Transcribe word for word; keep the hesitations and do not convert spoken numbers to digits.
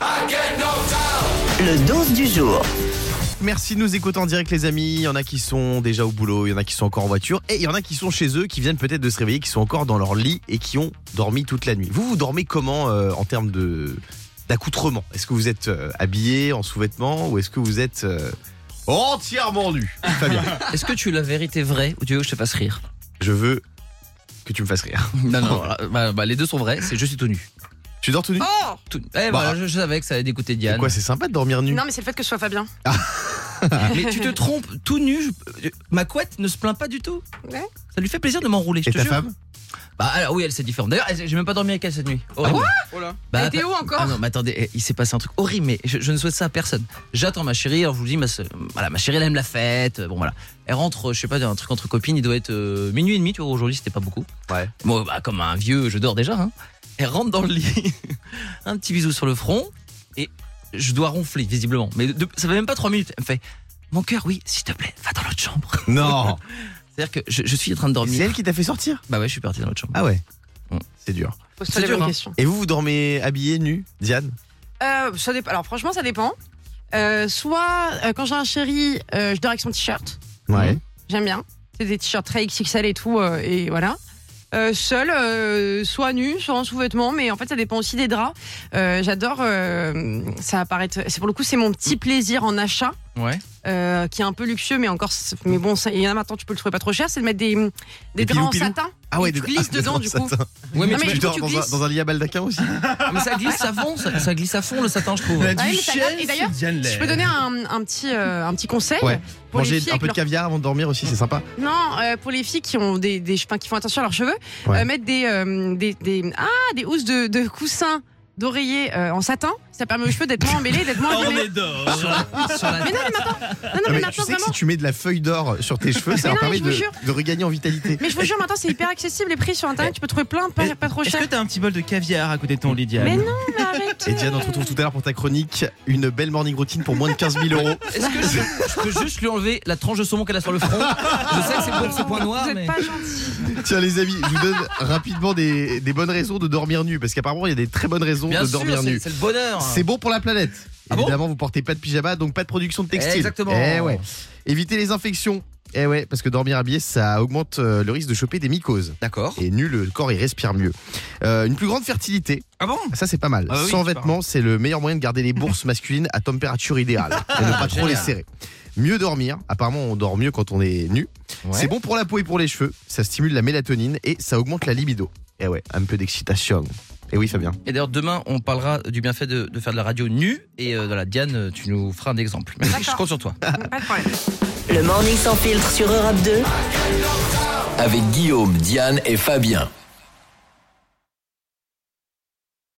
Le dose du jour. Merci de nous écouter en direct les amis. Il y en a qui sont déjà au boulot, il y en a qui sont encore en voiture et il y en a qui sont chez eux, qui viennent peut-être de se réveiller, qui sont encore dans leur lit et qui ont dormi toute la nuit. Vous, vous dormez comment euh, en termes de d'accoutrement? Est-ce que vous êtes euh, habillé en sous-vêtements ou est-ce que vous êtes euh, entièrement nu? Fabien. Est-ce que tu veux la vérité vraie ou tu veux que je te fasse rire? Je veux que tu me fasses rire. Non, non, voilà. bah, bah, les deux sont vrais, c'est je suis tout nu. Tu dors tout nu? Oh tout... Eh, Bah. voilà, je, je savais que ça allait dégoûter Diane. Et quoi, c'est sympa de dormir nu? Non, mais c'est le fait que ce soit Fabien. Mais tu te trompes, tout nu, je- ma couette ne se plaint pas du tout. Ouais. Ça lui fait plaisir de m'enrouler, je Et te ta jure. femme? Bah alors oui, elle c'est différent. D'ailleurs, elle- j'ai même pas dormi avec elle cette nuit. Horrible. Elle Bah, était où encore Ah non, mais attendez, eh, il s'est passé un truc horrible, mais je, je ne souhaite ça à personne. J'attends ma chérie, alors je vous dis, ma, se- voilà, ma chérie elle aime la fête, bon voilà. Elle rentre, je sais pas, un truc entre copines, il doit être euh, minuit et demi, tu vois, aujourd'hui c'était pas beaucoup. Ouais. Moi, bah, comme un vieux, je dors déjà. Hein. Elle rentre dans le lit, un petit bisou sur le front, et je dois ronfler, visiblement. Mais de- ça fait même pas trois minutes. Elle me fait, mon cœur, oui, s'il te plaît, va dans l'autre chambre. Non. C'est-à-dire que je, je suis en train de dormir. C'est elle qui t'a fait sortir? Bah ouais, je suis parti dans l'autre chambre. Ah ouais. Mm. C'est dur. Pose-toi c'est les dur, bonnes hein. questions. Et vous, vous dormez habillé, nu, Diane? Euh, ça dépend. Alors franchement, ça dépend. Euh, soit euh, quand j'ai un chéri, euh, je dors avec son t-shirt. Ouais. J'aime bien. C'est des t-shirts très X X L et tout, euh, et voilà. Euh, seul, euh, soit nu, soit en sous-vêtements, mais en fait ça dépend aussi des draps. Euh, j'adore, euh, ça va paraître, c'est pour le coup c'est mon petit plaisir en achat, Ouais. euh, qui est un peu luxueux, mais encore, mais bon, ça, il y en a maintenant, tu peux le trouver pas trop cher, c'est de mettre des, des, Des draps en pilou-pilou. satin. Ah ouais, et tu des- glisses ah, dedans dans du le coup. satin. Ouais, mais Non, tu mais peux- du coup, dors tu dans un, glisses. dans un lit à baldaquin aussi? mais ça glisse à fond, ça, ça glisse à fond le satin, je trouve. Ouais, mais ça gratte. Et d'ailleurs, je peux donner un, un petit, euh, un petit conseil. Ouais. Pour les Manger filles un avec peu de leurs- caviar avant de dormir aussi, c'est sympa. Non, euh, pour les filles qui ont des, des, enfin, qui font attention à leurs cheveux, Ouais. euh, mettre des, euh, des, des, ah, des housses de, de coussins d'oreiller euh, en satin, ça permet aux cheveux d'être moins emmêlés, d'être moins abîmés. Sur la, sur la- Mais non, mais maintenant, non, non, Ah, mais mais maintenant tu sais que vraiment. si tu mets de la feuille d'or sur tes cheveux, ça Mais leur non, permet mais je vous de, jure. de regagner en vitalité. Mais je vous jure, maintenant c'est hyper accessible les prix sur internet, tu peux trouver plein, pas, pas trop Est-ce cher. que t'as un petit bol de caviar à côté de ton lit, Diane? Mais non, mais arrête. Et Diane, on te retrouve tout à l'heure pour ta chronique. Une belle morning routine pour moins de quinze mille euros. Est-ce que je, je peux juste lui enlever la tranche de saumon qu'elle a sur le front? Je sais que c'est pour ce point noir, Vous êtes mais. pas gentil. Tiens les amis, je vous donne rapidement des, des bonnes raisons de dormir nu. Parce qu'apparemment il y a des très bonnes raisons Bien de sûr, dormir c'est nu. c'est le bonheur. C'est bon pour la planète. Ah bon Évidemment, vous portez pas de pyjama, donc pas de production de textile. Exactement. Eh ouais. Évitez les infections. Eh ouais, parce que dormir habillé, ça augmente euh, le risque de choper des mycoses. D'accord. Et nu, le corps il respire mieux. Euh, une plus grande fertilité, Ah bon? ça c'est pas mal. Ah bah oui, Sans tu vêtements, c'est le meilleur moyen de garder les bourses masculines à température idéale et ne pas trop Génial. les serrer. Mieux dormir, apparemment on dort mieux quand on est nu. Ouais. C'est bon pour la peau et pour les cheveux, ça stimule la mélatonine et ça augmente la libido. Et ouais, un peu d'excitation. Et oui Fabien. Et d'ailleurs, demain, on parlera du bienfait de, de faire de la radio nue. Et euh, voilà, Diane, tu nous feras un exemple. Merci, D'accord. je compte sur toi. Pas de problème. Le morning sans filtre sur Europe deux. Avec Guillaume, Diane et Fabien.